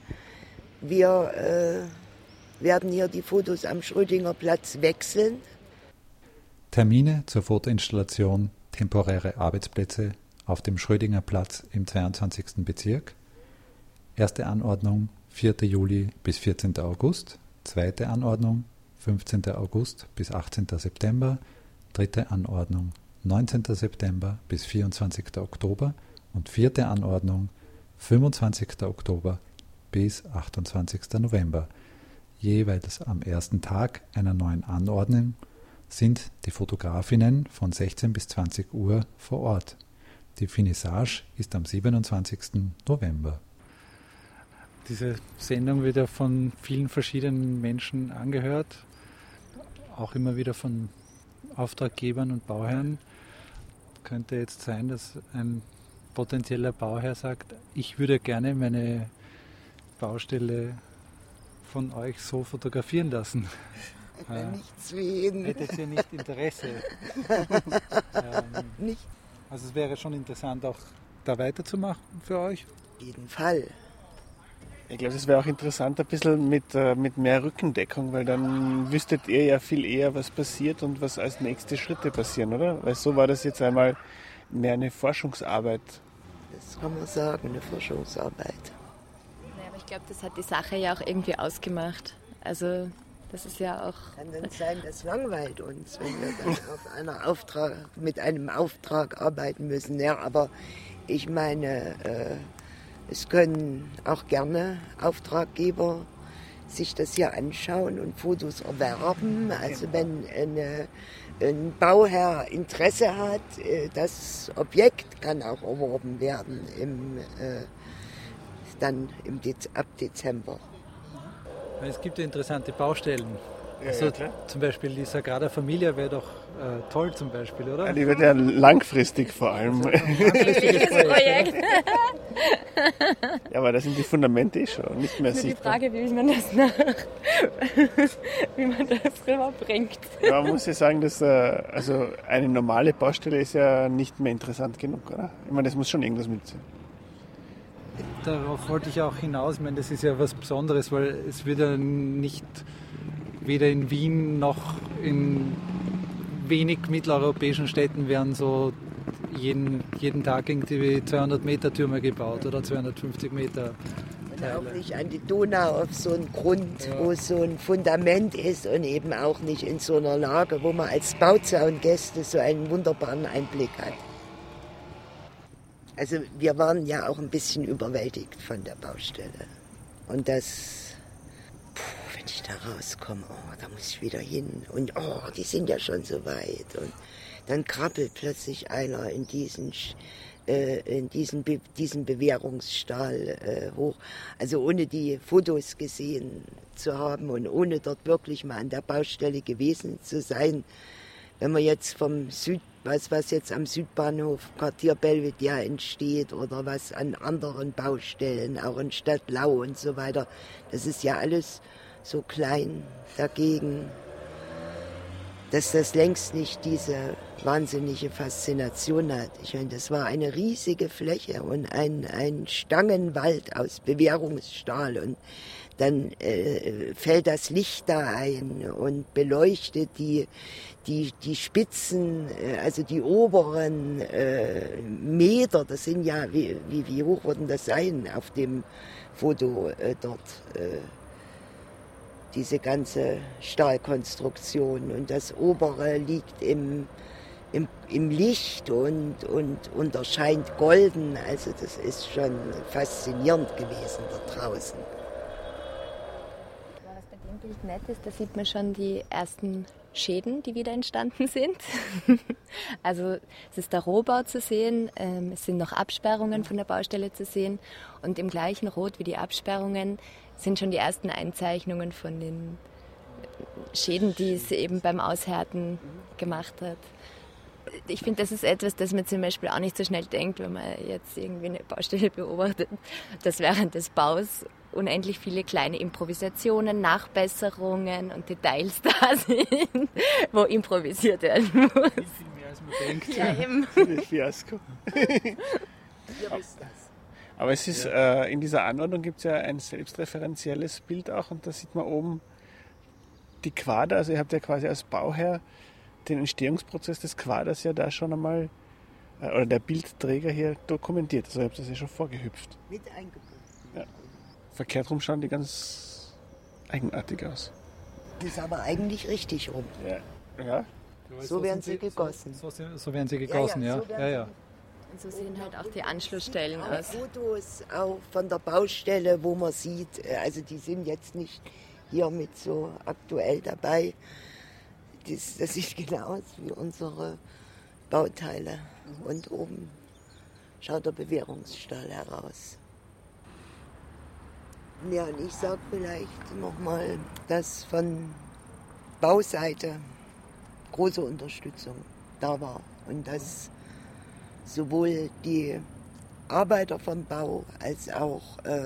Wir werden hier die Fotos am Schrödinger Platz wechseln. Termine zur Fotoinstallation temporäre Arbeitsplätze auf dem Schrödinger Platz im 22. Bezirk. Erste Anordnung 4. Juli bis 14. August. Zweite Anordnung 15. August bis 18. September. Dritte Anordnung 19. September bis 24. Oktober. Und vierte Anordnung 25. Oktober bis 28. November. Jeweils am ersten Tag einer neuen Anordnung sind die Fotografinnen von 16 bis 20 Uhr vor Ort. Die Finissage ist am 27. November. Diese Sendung wird ja von vielen verschiedenen Menschen angehört, auch immer wieder von Auftraggebern und Bauherren. Könnte jetzt sein, dass ein potenzieller Bauherr sagt, ich würde gerne meine Baustelle von euch so fotografieren lassen. Nichts wie jeden. Hättet ihr nicht Interesse? Nicht. Also es wäre schon interessant, auch da weiterzumachen für euch? Auf jeden Fall. Ich glaube, es wäre auch interessant, ein bisschen mit mehr Rückendeckung, weil dann wüsstet ihr ja viel eher, was passiert und was als nächste Schritte passieren, oder? Weil so war das jetzt einmal mehr eine Forschungsarbeit. Das kann man sagen, eine Forschungsarbeit. Ja, aber ich glaube, das hat die Sache ja auch irgendwie ausgemacht. Also das ist ja auch... Kann dann sein, das langweilt uns, wenn wir dann mit einem Auftrag arbeiten müssen. Ja, aber ich meine, es können auch gerne Auftraggeber sich das hier anschauen und Fotos erwerben. Also wenn ein Bauherr Interesse hat, das Objekt kann auch erworben werden ab Dezember. Es gibt ja interessante Baustellen. Ja, also ja, klar. Zum Beispiel die Sagrada Familia wäre doch toll zum Beispiel, oder? Ja, die wird ja langfristig vor allem. Richtiges Projekt. Ja, aber da sind die Fundamente schon nicht mehr Nur die sichtbar. Frage, wie man das rüberbringt. Ja, man muss ja sagen, dass also eine normale Baustelle ist ja nicht mehr interessant genug, oder? Ich meine, das muss schon irgendwas mitziehen. Darauf wollte ich auch hinaus. Ich meine, das ist ja was Besonderes, weil es wird ja nicht weder in Wien noch in wenig mitteleuropäischen Städten werden so jeden Tag irgendwie 200 Meter Türme gebaut oder 250 Meter Und Teile. auch nicht an die Donau auf so einen Grund, wo so ein Fundament ist und eben auch nicht in so einer Lage, wo man als Bauzaungäste so einen wunderbaren Einblick hat. Also wir waren ja auch ein bisschen überwältigt von der Baustelle. Und das, wenn ich da rauskomme, da muss ich wieder hin. Und die sind ja schon so weit. Und dann krabbelt plötzlich einer in diesen Bewährungsstahl hoch. Also ohne die Fotos gesehen zu haben und ohne dort wirklich mal an der Baustelle gewesen zu sein. Wenn man jetzt was jetzt am Südbahnhof Quartier Belvedere entsteht oder was an anderen Baustellen, auch in Stadtlau und so weiter, das ist ja alles so klein dagegen. dass das längst nicht diese wahnsinnige Faszination hat. Ich meine, das war eine riesige Fläche und ein Stangenwald aus Bewährungsstahl und dann fällt das Licht da ein und beleuchtet die Spitzen, also die oberen Meter, das sind ja, wie hoch würden das sein auf dem Foto dort, diese ganze Stahlkonstruktion und das obere liegt im Licht und erscheint golden, also das ist schon faszinierend gewesen da draußen. Was bei dem Bild nett ist, da sieht man schon die ersten Schäden, die wieder entstanden sind. Also es ist der Rohbau zu sehen, es sind noch Absperrungen von der Baustelle zu sehen und im gleichen Rot wie die Absperrungen sind schon die ersten Einzeichnungen von den Schäden, die es eben beim Aushärten gemacht hat. Ich finde, das ist etwas, das man zum Beispiel auch nicht so schnell denkt, wenn man jetzt irgendwie eine Baustelle beobachtet, dass während des Baus unendlich viele kleine Improvisationen, Nachbesserungen und Details da sind, wo improvisiert werden muss. Viel mehr als man denkt. Ja, eben. Ein Fiasko. Aber es ist, in dieser Anordnung gibt es ja ein selbstreferenzielles Bild auch und da sieht man oben die Quader, also ihr habt ja quasi als Bauherr den Entstehungsprozess des Quaders ja da schon einmal, oder der Bildträger hier dokumentiert, also ihr habt das ja schon vorgehüpft. Mit eingebunden. Ja. Verkehrt rum schauen die ganz eigenartig aus. Das ist aber eigentlich richtig rum. Ja. So werden sie gegossen. So werden sie gegossen, ja. Und so sehen halt auch die Anschlussstellen Alle aus. Fotos auch von der Baustelle, wo man sieht, also die sind jetzt nicht hier mit so aktuell dabei. Das sieht genau aus wie unsere Bauteile. Und oben schaut der Bewährungsstahl heraus. Ja, und ich sage vielleicht nochmal, dass von Bauseite große Unterstützung da war. Und dass sowohl die Arbeiter vom Bau als auch,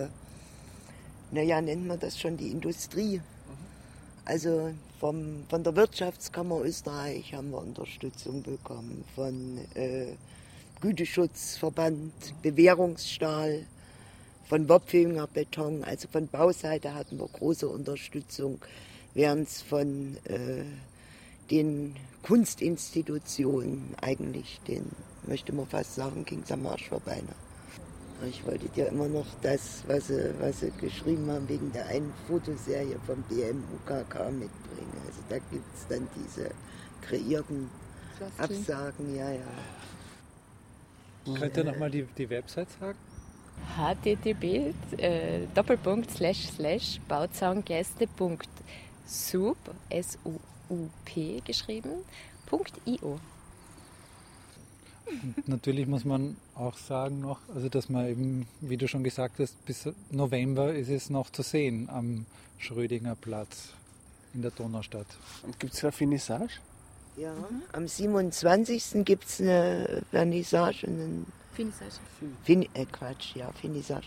nennt man das schon die Industrie. Also von der Wirtschaftskammer Österreich haben wir Unterstützung bekommen, von Güteschutzverband, Bewährungsstahl, von Wopfinger Beton, also von Bauseite hatten wir große Unterstützung, während es von den Kunstinstitutionen eigentlich, möchte man fast sagen, ging es am Arsch vorbei. Ne? Ich wollte dir immer noch das, was sie geschrieben haben, wegen der einen Fotoserie vom BMUKK mitbringen. Also da gibt es dann diese kreierten Absagen, ja. Könnt ihr nochmal die Website sagen? http://bauzaungäste.sup, S-U-U-P geschrieben, .io. Und natürlich muss man auch sagen noch, also dass man eben, wie du schon gesagt hast, bis November ist es noch zu sehen am Schrödinger Platz in der Donaustadt. Und gibt es eine Finissage? Ja, am 27. gibt es eine Vernissage und einen Finissage.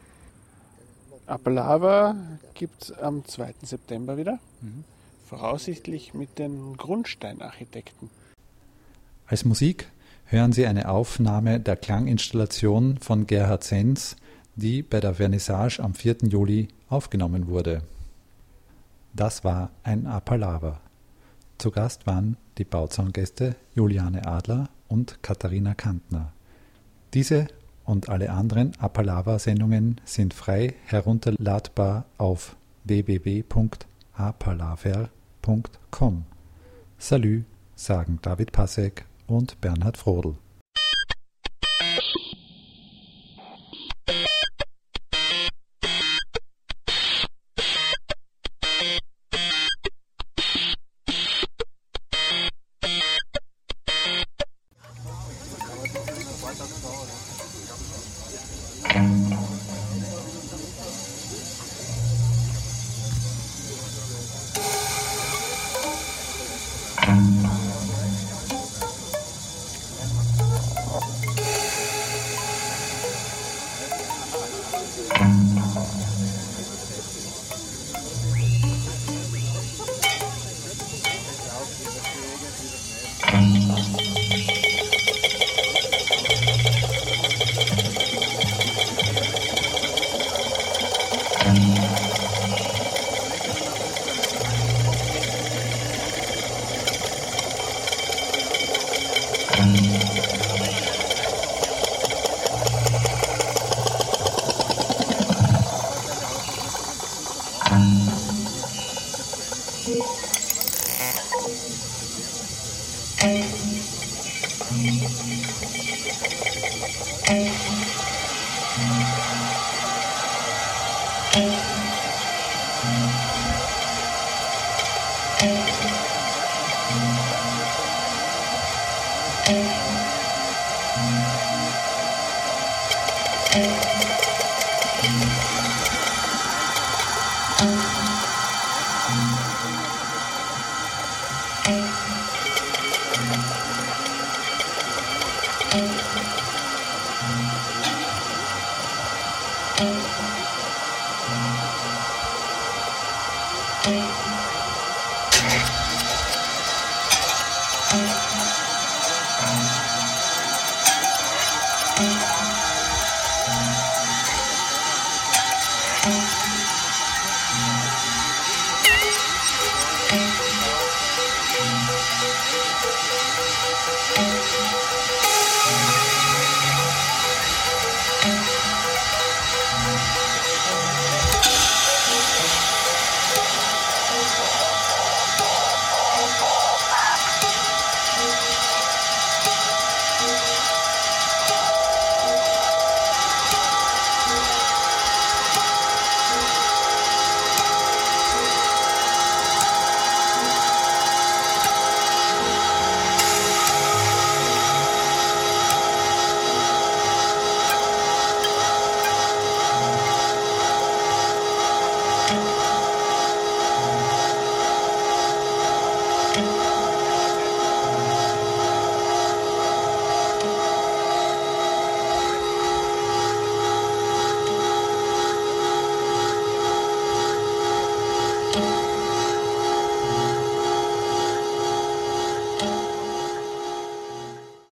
Apalava gibt es am 2. September wieder, voraussichtlich mit den Grundsteinarchitekten. Als Musik hören Sie eine Aufnahme der Klanginstallation von Gerhard Senz, die bei der Vernissage am 4. Juli aufgenommen wurde. Das war ein Apalava. Zu Gast waren die Bauzaungäste Juliane Adler und Katharina Kantner. Diese und alle anderen Apalava-Sendungen sind frei herunterladbar auf www.apalaver.com. Salü, sagen David Passek und Bernhard Frodl.